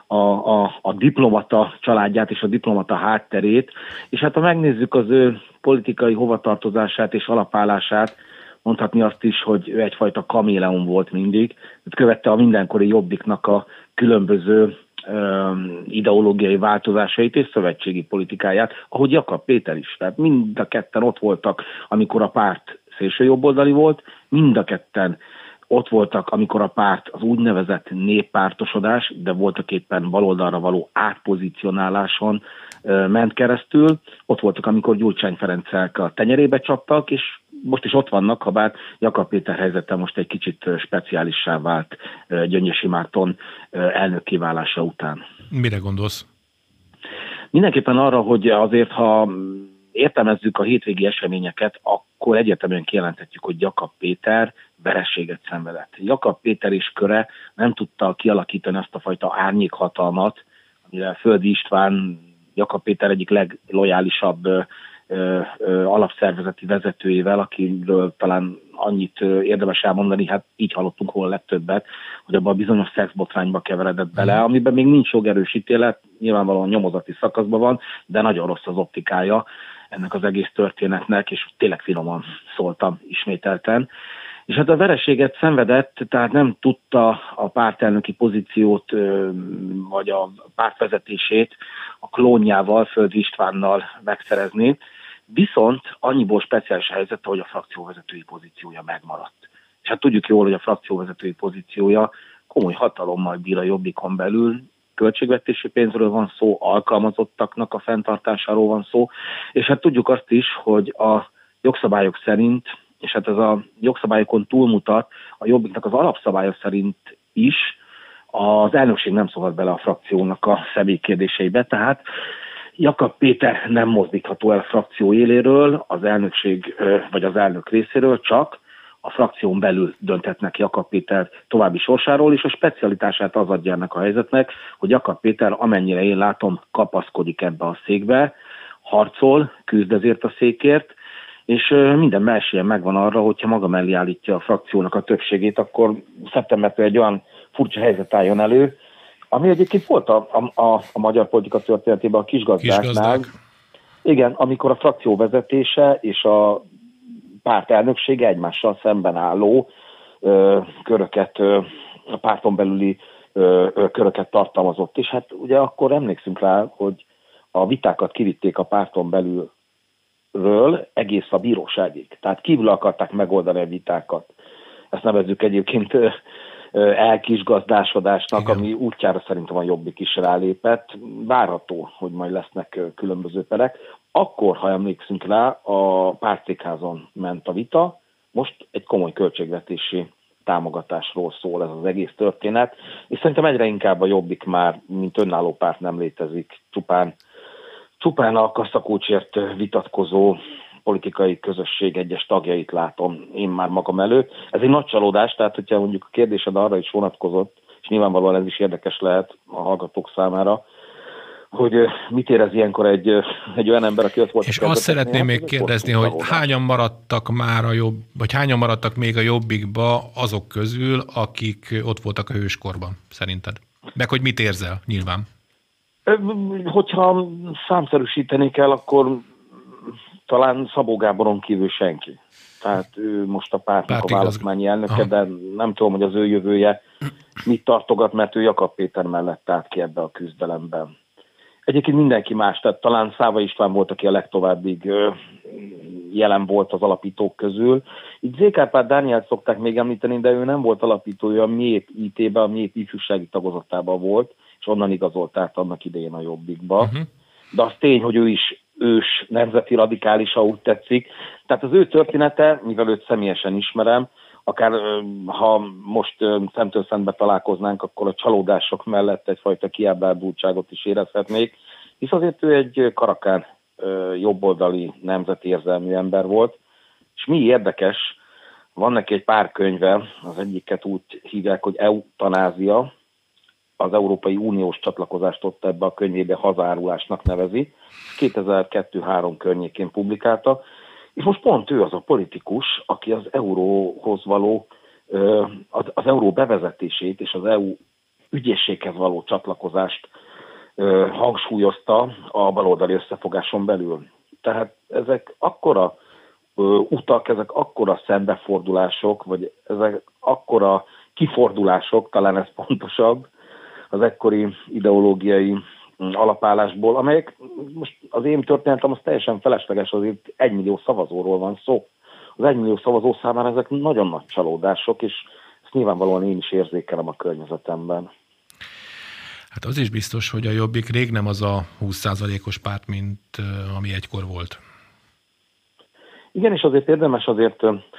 D: a diplomata családját és a diplomata hátterét, és hát ha megnézzük az ő politikai hovatartozását és alapállását, mondhatni azt is, hogy ő egyfajta kaméleon volt mindig, követte a mindenkori Jobbiknak a különböző ideológiai változásait és szövetségi politikáját, ahogy Jakab Péter is. Tehát mind a ketten ott voltak, amikor a párt szélsőjobboldali volt, mind a ketten ott voltak, amikor a párt az úgynevezett néppártosodás, de voltak éppen baloldalra való átpozicionáláson ment keresztül. Ott voltak, amikor Gyurcsány Ferenccel a tenyerébe csaptak, és most is ott vannak, habár Jakab Péter helyzete most egy kicsit speciálissá vált Gyöngyösi Márton elnökké válása után.
A: Mire gondolsz?
D: Mindenképpen arra, hogy azért, ha értelmezzük a hétvégi eseményeket, akkor egyértelműen kijelenthetjük, hogy Jakab Péter vereséget szenvedett. Jakab Péter és köre nem tudta kialakítani azt a fajta árnyékhatalmat, amire Földi István, Jakab Péter egyik leglojálisabb alapszervezeti vezetőjével, akiről talán annyit érdemes elmondani, hát így hallottunk volna legtöbbet, hogy abban a bizonyos szexbotrányba keveredett bele, amiben még nincs jogerős ítélet, nyilvánvalóan nyomozati szakaszban van, de nagyon rossz az optikája ennek az egész történetnek, és tényleg finoman szóltam ismételten. És hát a vereséget szenvedett, tehát nem tudta a pártelnöki pozíciót, vagy a pártvezetését a klónjával, Föld Istvánnal megszerezni, viszont annyiból speciális helyzet, hogy a frakcióvezetői pozíciója megmaradt. És hát tudjuk jól, hogy a frakcióvezetői pozíciója komoly hatalommal bír a Jobbikon belül, költségvetési pénzről van szó, alkalmazottaknak a fenntartásáról van szó, és hát tudjuk azt is, hogy a jogszabályok szerint, és hát ez a jogszabályokon túlmutat, a Jobbiknak az alapszabályok szerint is az elnökség nem szólhat bele a frakciónak a személykérdéseibe, tehát Jakab Péter nem mozdítható el a frakció éléről, az elnökség vagy az elnök részéről, csak a frakción belül dönthetnek Jakab Péter további sorsáról, és a specialitását az adja ennek a helyzetnek, hogy Jakab Péter, amennyire én látom, kapaszkodik ebbe a székbe, harcol, küzd ezért a székért, és minden melsően megvan arra, hogyha maga mellé állítja a frakciónak a többségét, akkor szeptembertől egy olyan furcsa helyzet álljon elő, ami egyébként volt a magyar politika történetében a kisgazdáknál. Igen, amikor a frakció vezetése és a párt elnöksége egymással szemben álló köröket, a párton belüli köröket tartalmazott. És hát ugye akkor emlékszünk rá, hogy a vitákat kivitték a párton belülről egész a bíróságig. Tehát kívül akarták megoldani a vitákat. Ezt nevezzük egyébként elkisgazdásodásnak, igen, ami útjára szerintem a Jobbik is rálépett. Várható, hogy majd lesznek különböző perek. Akkor, ha emlékszünk rá, a pártszékházon ment a vita, most egy komoly költségvetési támogatásról szól ez az egész történet, és szerintem egyre inkább a Jobbik már, mint önálló párt nem létezik, csupán a kasszakócsért vitatkozó politikai közösség egyes tagjait látom én már magam előtt. Ez egy nagy csalódás, tehát hogyha mondjuk a kérdésed arra is vonatkozott, és nyilvánvalóan ez is érdekes lehet a hallgatók számára, hogy mit érez ilyenkor egy olyan ember, aki ott volt.
A: És azt szeretném még kérdezni, hogy hányan maradtak már vagy hányan maradtak még a Jobbikba azok közül, akik ott voltak a hőskorban, szerinted? Meg hogy mit érzel, nyilván?
D: Hogyha számszerűsíteni kell, akkor talán Szabó Gáboron kívül senki. Tehát ő most a pártnak a választmányi elnöke, de nem tudom, hogy az ő jövője mit tartogat, mert ő Jakab Péter mellett állt ki ebbe a küzdelemben. Egyébként mindenki más, tehát talán Száva István volt, aki a legtovábbig jelen volt az alapítók közül. Itt Zé Kárpát Dánielt szokták még említeni, de ő nem volt alapítója, a MÉP IT-ben, a MÉP ifjúsági tagozatában volt, és onnan igazolt át annak idején a Jobbikba. De az tény, hogy ő is ős nemzeti radikális, ha úgy tetszik. Tehát az ő története, mivel őt személyesen ismerem, akár ha most szemtől szembe találkoznánk, akkor a csalódások mellett egyfajta kiábrándultságot is érezhetnék, hisz azért ő egy karakán jobboldali nemzetérzelmű ember volt, és mi érdekes, van neki egy pár könyve, az egyiket úgy hívják, hogy Eutanázia, az Európai Uniós csatlakozást ott ebbe a könyvébe hazárulásnak nevezi, 2002-3 környékén publikálta, és most pont ő az a politikus, aki az euróhoz való, az euró bevezetését és az EU ügyészséghez való csatlakozást hangsúlyozta a baloldali összefogáson belül. Tehát ezek akkora utak, ezek akkora szembefordulások, vagy ezek akkora kifordulások, talán ez pontosabb, az ekkori ideológiai alapállásból, amelyek most az én történetem az teljesen felesleges, azért 1 millió szavazóról van szó. Az 1 millió szavazó számára ezek nagyon nagy csalódások, és ezt nyilvánvalóan én is érzékelem a környezetemben.
A: Hát az is biztos, hogy a Jobbik rég nem az a 20%-os párt, mint ami egykor volt.
D: Igen, és azért érdemes azért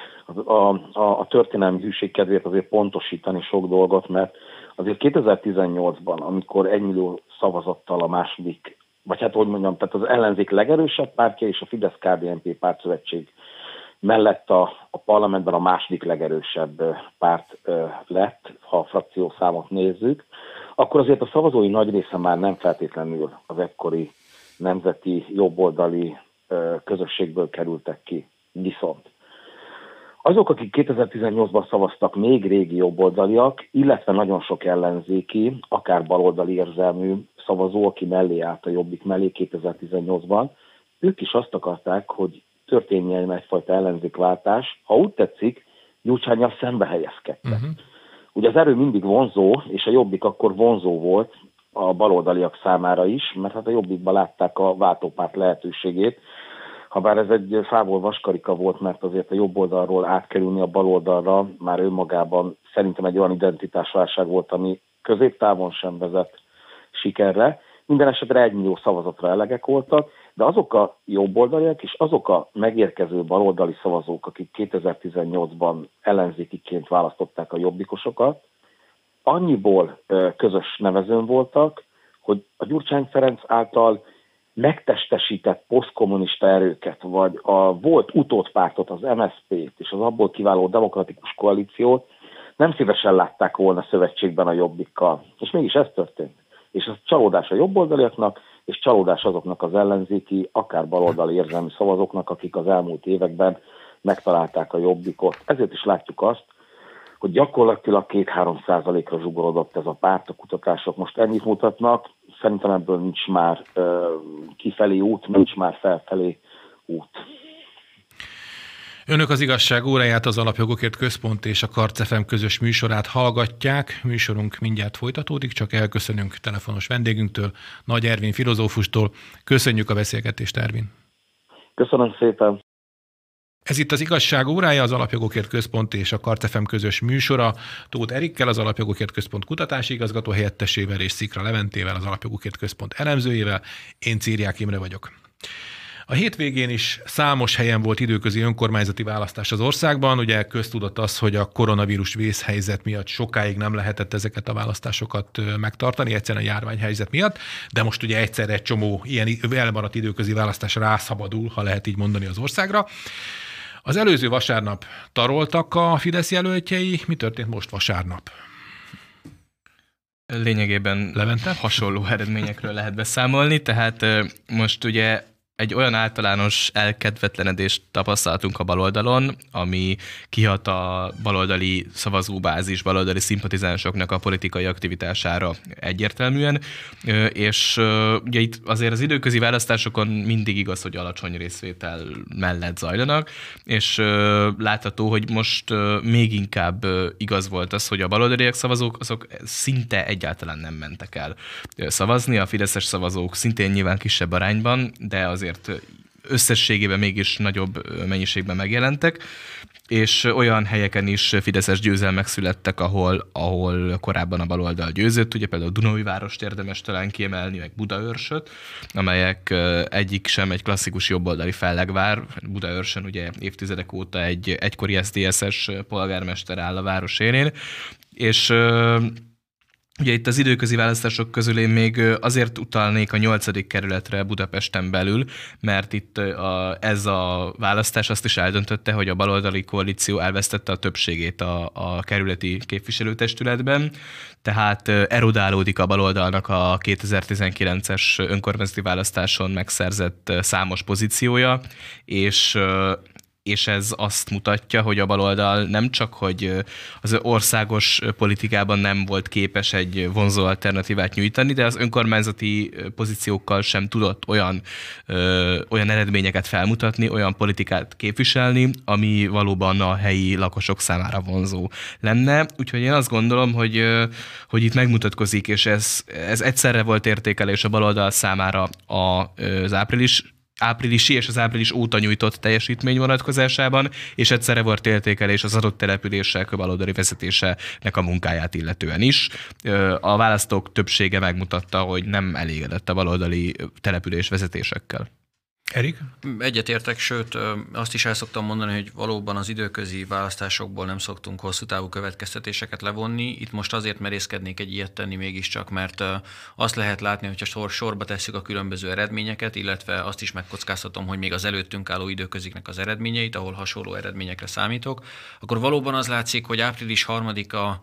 D: a történelmi hűség kedvéért azért pontosítani sok dolgot, mert azért 2018-ban, amikor 1 millió szavazattal a második, vagy hát hogy mondjam, tehát az ellenzék legerősebb pártja és a Fidesz-KDNP pártszövetség mellett a parlamentben a második legerősebb párt lett, ha a frakciószámot nézzük, akkor azért a szavazói nagy része már nem feltétlenül az ekkori nemzeti jobboldali közösségből kerültek ki. Viszont azok, akik 2018-ban szavaztak, még régi jobboldaliak, illetve nagyon sok ellenzéki, akár baloldali érzelmű szavazó, aki mellé állt a Jobbik mellé 2018-ban, ők is azt akarták, hogy történjen egyfajta ellenzékváltás, ha úgy tetszik, Gyurcsánnyal szembe helyezkedtek. Ugye az erő mindig vonzó, és a Jobbik akkor vonzó volt a baloldaliak számára is, mert hát a Jobbikban látták a váltópárt lehetőségét, habár ez egy fából vaskarika volt, mert azért a jobb oldalról átkerülni a bal oldalra már önmagában szerintem egy olyan identitásválság volt, ami középtávon sem vezet sikerre. Minden esetre 1 millió szavazatra elegek voltak, de azok a jobboldaliak és azok a megérkező baloldali szavazók, akik 2018-ban ellenzékiként választották a jobbikosokat, annyiból közös nevezőn voltak, hogy a Gyurcsány Ferenc által megtestesített posztkommunista erőket, vagy a volt utódpártot, az MSZP-t és az abból kiváló demokratikus koalíciót nem szívesen látták volna szövetségben a Jobbikkal. És mégis ez történt. És ez csalódás a jobboldaliaknak, és csalódás azoknak az ellenzéki, akár baloldali érzelmi szavazóknak, akik az elmúlt években megtalálták a Jobbikot. Ezért is látjuk azt, hogy gyakorlatilag 2-3%-ra zsugorodott ez a párt, a kutatások most ennyit mutatnak, szerintem ebből nincs már kifelé út, nincs már felfelé út.
A: Önök az Igazság óráját, az Alapjogokért Központ és a Karc FM közös műsorát hallgatják. Műsorunk mindjárt folytatódik, csak elköszönünk telefonos vendégünktől, Nagy Ervin filozófustól. Köszönjük a beszélgetést, Ervin.
D: Köszönöm szépen.
A: Ez itt az Igazság órája, az Alapjogokért Központ és a Karc FM közös műsora. Tóth Erikkel, az Alapjogokért Központ kutatási igazgató helyettesével és Szikra Leventével, az Alapjogokért Központ elemzőjével. Én Círiák Imre vagyok. A hétvégén is számos helyen volt időközi önkormányzati választás az országban. Ugye köztudott az, hogy a koronavírus vészhelyzet miatt sokáig nem lehetett ezeket a választásokat megtartani, egyszerűen a járványhelyzet miatt, de most ugye egyszerre egy csomó ilyen elmaradt időközi választás rászabadul, ha lehet így mondani, az országra. Az előző vasárnap taroltak a Fidesz jelöltjei. Mi történt most vasárnap?
C: Lényegében
A: Levente?
C: Hasonló eredményekről lehet beszámolni, tehát most ugye egy olyan általános elkedvetlenedést tapasztaltunk a baloldalon, ami kihat a baloldali szavazóbázis, baloldali szimpatizánsoknak a politikai aktivitására egyértelműen, és ugye itt azért az időközi választásokon mindig igaz, hogy alacsony részvétel mellett zajlanak, és látható, hogy most még inkább igaz volt az, hogy a baloldaliak szavazók azok szinte egyáltalán nem mentek el szavazni, a fideszes szavazók szintén nyilván kisebb arányban, de azért összességében mégis nagyobb mennyiségben megjelentek, és olyan helyeken is fideszes győzelmek születtek, ahol korábban a baloldal győzött, ugye például Dunaújvárost érdemes talán kiemelni, meg Budaörsöt, amelyek egyik sem egy klasszikus jobboldali fellegvár. Budaörsön ugye évtizedek óta egy egykori SZDSZ-es polgármester áll a város élén, és ugye itt az időközi választások közül én még azért utalnék a 8. kerületre Budapesten belül, mert itt ez a választás azt is eldöntötte, hogy a baloldali koalíció elvesztette a többségét a kerületi képviselőtestületben, tehát erodálódik a baloldalnak a 2019-es önkormányzati választáson megszerzett számos pozíciója, és ez azt mutatja, hogy a baloldal nem csak, hogy az országos politikában nem volt képes egy vonzó alternatívát nyújtani, de az önkormányzati pozíciókkal sem tudott olyan eredményeket felmutatni, olyan politikát képviselni, ami valóban a helyi lakosok számára vonzó lenne. Úgyhogy én azt gondolom, hogy itt megmutatkozik, és ez egyszerre volt értékelés a baloldal számára az áprilisi és az április óta nyújtott teljesítmény vonatkozásában, és egyszerre volt értékelés az adott települések baloldali vezetésének a munkáját illetően is. A választók többsége megmutatta, hogy nem elégedett a baloldali település vezetésekkel.
A: Erik?
B: Egyetértek, sőt azt is el szoktam mondani, hogy valóban az időközi választásokból nem szoktunk hosszú távú következtetéseket levonni. Itt most azért merészkednék egy ilyet tenni mégiscsak, mert azt lehet látni, hogyha sorba tesszük a különböző eredményeket, illetve azt is megkockáztatom, hogy még az előttünk álló időköziknek az eredményeit, ahol hasonló eredményekre számítok, akkor valóban az látszik, hogy április 3-a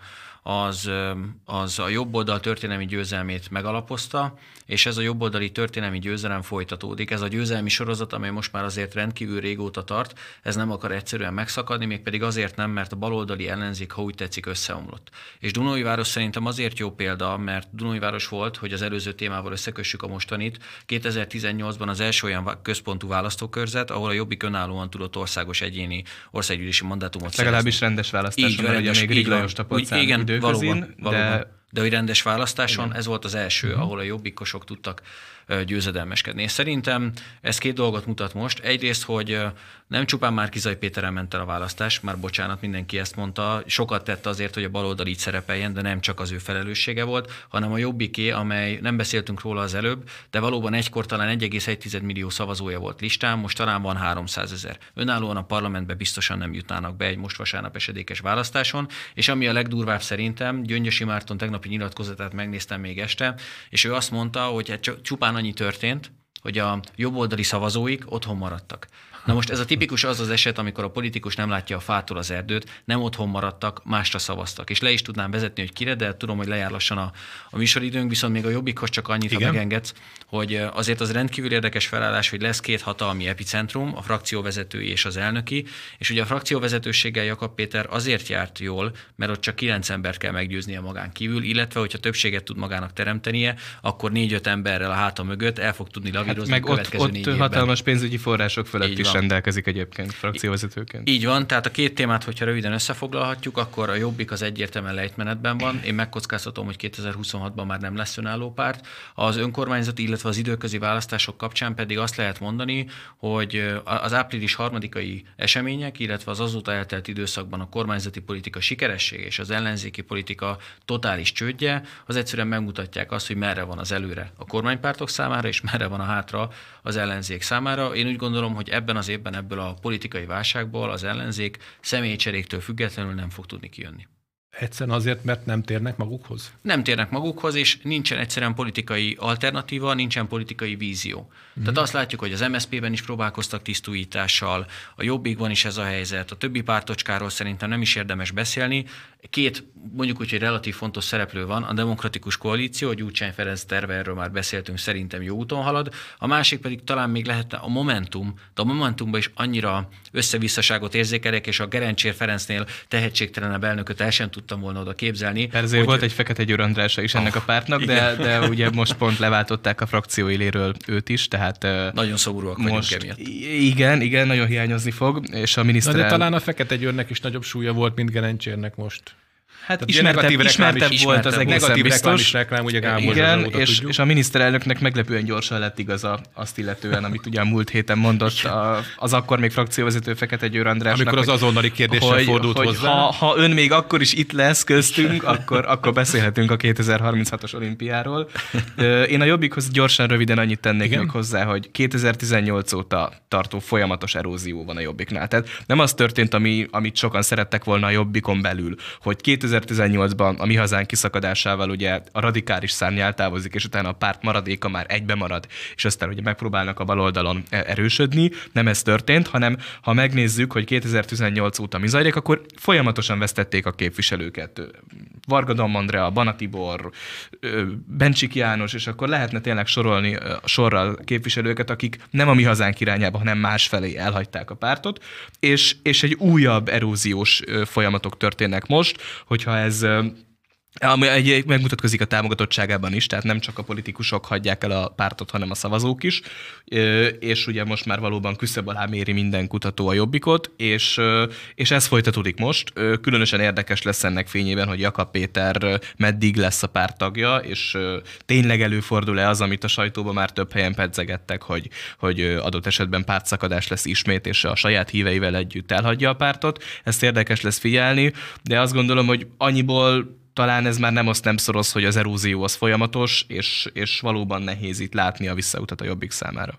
B: az a jobboldal történelmi győzelmét megalapozta, és ez a jobboldali történelmi győzelem folytatódik. Ez a győzelmi sorozat, amely most már azért rendkívül régóta tart, ez nem akar egyszerűen megszakadni, mégpedig azért nem, mert a baloldali ellenzék, ha úgy tetszik, összeomlott. És Dunaújváros szerintem azért jó példa, mert Dunaújváros volt, hogy az előző témával összekössük a mostanit, 2018-ban az első olyan központú választókörzet, ahol a Jobbik önállóan tudott országos egyéni országgyűlési mandátumot
C: legalábbis rendes választáson, mert ugye még Rig Lajos tapolcán időközén,
B: de hogy rendes választáson, igen. Ez volt az első, ahol a jobbikosok tudtak győzedelmeskedni. És szerintem ez két dolgot mutat most. Egyrészt, hogy nem csupán Márki-Zay Péteren ment el a választás, már bocsánat, mindenki ezt mondta, sokat tett azért, hogy a baloldal így szerepeljen, de nem csak az ő felelőssége volt, hanem a Jobbiké, amely nem beszéltünk róla az előbb, de valóban egykor talán 1,1 millió szavazója volt listán, most talán van 300 000. Önállóan a parlamentbe biztosan nem jutnának be egy most vasárnap esedékes választáson, és ami a legdurvább szerintem, Gyöngyösi Márton tegnapi nyilatkozatát megnéztem még este, és ő azt mondta, hogy hát csupán annyi történt, hogy a jobboldali szavazóik otthon maradtak. Na most ez a tipikus az eset, amikor a politikus nem látja a fától az erdőt, nem otthon maradtak, másra szavaztak. És le is tudnám vezetni, hogy kire, de tudom, hogy lejár lassan a műsoridőnk, viszont még a Jobbikhoz csak annyit, igen, ha megengedsz, hogy azért az rendkívül érdekes felállás, hogy lesz két hatalmi epicentrum, a frakcióvezetői és az elnöki, és ugye a frakcióvezetőséggel Jakab Péter azért járt jól, mert ott csak 9 embert kell meggyőznie magán kívül, illetve hogyha többséget tud magának teremtenie, akkor 4-5 emberrel a háta mögött el fog tudni lavírozni
C: meg
B: a következő 4 évben.
C: Ott hatalmas pénzügyi források fölött is rendelkezik egyébként frakcióvezetőként.
B: Így van, tehát a két témát, hogyha röviden összefoglalhatjuk, akkor a Jobbik az egyértelműen lejtmenetben van. Én megkockáztatom, hogy 2026-ban már nem lesz önálló párt. Az önkormányzati, illetve az időközi választások kapcsán pedig azt lehet mondani, hogy az április 3-ai események, illetve az azóta eltelt időszakban a kormányzati politika sikeressége és az ellenzéki politika totális csődje, az egyszerűen megmutatják azt, hogy merre van az előre a kormánypártok számára, és merre van a hátra az ellenzék számára. Én úgy gondolom, hogy ebben az évben ebből a politikai válságból az ellenzék személycseréktől függetlenül nem fog tudni kijönni.
A: Egyszerűen azért, mert nem térnek magukhoz? Nem
B: térnek magukhoz, és nincsen egyszerűen politikai alternatíva, nincsen politikai vízió. Tehát azt látjuk, hogy az MSZP-ben is próbálkoztak tisztújítással, a Jobbikban is ez a helyzet, a többi pártocskáról szerintem nem is érdemes beszélni. Két, mondjuk úgy, hogy relatív fontos szereplő van, a Demokratikus Koalíció, a Gyurcsány Ferenc terve, erről már beszéltünk, szerintem jó úton halad, a másik pedig talán még lehetne a Momentum, de a Momentumban is annyira összevisszaságot érzékelek, és a Gerencsér Ferencnél tehetségtelenebb elnököt el sem tudtam volna oda képzelni.
C: Persze volt egy Fekete Győr Andrása is ennek a pártnak, de ugye most pont leváltották a frakció éléről őt is, tehát
B: nagyon szomorúak vagyunk emiatt.
C: Igen, nagyon hiányozni fog, és a miniszter...
A: De talán a Fekete Győrnek is nagyobb súlya volt, mint Gerencsérnek most.
C: Hát ismertebb volt az egészen biztos.
A: Reklám, ugye Gábor
C: igen, és a miniszterelnöknek meglepően gyorsan lett igaza azt illetően, amit ugye a múlt héten mondott az akkor még frakcióvezető Fekete Győr Andrásnak.
A: Amikor az azonnali kérdéssel fordult hozzá.
C: Ha ön még akkor is itt lesz köztünk, akkor beszélhetünk a 2036-os olimpiáról. Én a Jobbikhoz gyorsan, röviden annyit tennék még hozzá, hogy 2018 óta tartó folyamatos erózió van a Jobbiknál. Tehát nem az történt, amit sokan szerettek volna a Jobbikon belül, hogy 2018-ban a Mi Hazánk kiszakadásával ugye a radikális szárny eltávozik, és utána a párt maradéka már egybe marad, és aztán ugye megpróbálnak a baloldalon erősödni. Nem ez történt, hanem ha megnézzük, hogy 2018 óta mi zajlik, akkor folyamatosan vesztették a képviselőket. Varga Dom Andrea, Bana Tibor, Bencsik János, és akkor lehetne tényleg sorolni sorral képviselőket, akik nem a Mi Hazánk irányába, hanem másfelé elhagyták a pártot, és egy újabb eróziós folyamatok történnek most, hogyha ez megmutatkozik a támogatottságában is, tehát nem csak a politikusok hagyják el a pártot, hanem a szavazók is, és ugye most már valóban küszöb alá méri minden kutató a Jobbikot, és ez folytatódik most. Különösen érdekes lesz ennek fényében, hogy Jakab Péter meddig lesz a párt tagja, és tényleg előfordul-e az, amit a sajtóban már több helyen pedzegettek, hogy adott esetben pártszakadás lesz ismét, és a saját híveivel együtt elhagyja a pártot. Ezt érdekes lesz figyelni, de azt gondolom, hogy annyiból talán ez már nem szoros, hogy az erózió az folyamatos, és valóban nehéz itt látni a visszautat a Jobbik számára.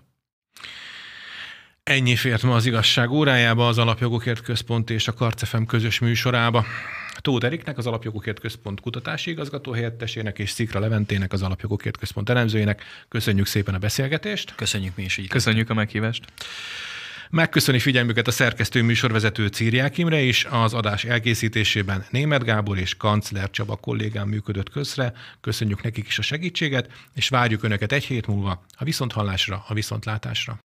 A: Ennyi fért ma az Igazság órájába, az Alapjogokért Központ és a Karc FM közös műsorába. Tóth Eriknek, az Alapjogokért Központ kutatási igazgató helyettesének és Szikra Leventének, az Alapjogokért Központ elemzőjének köszönjük szépen a beszélgetést.
B: Köszönjük mi is így.
C: Köszönjük a meghívást.
A: Megköszöni figyelmüket a szerkesztő műsorvezető Círiák Imre is, az adás elkészítésében Németh Gábor és Kancler Csaba kollégám működött közre. Köszönjük nekik is a segítséget, és várjuk Önöket egy hét múlva a viszonthallásra, a viszontlátásra.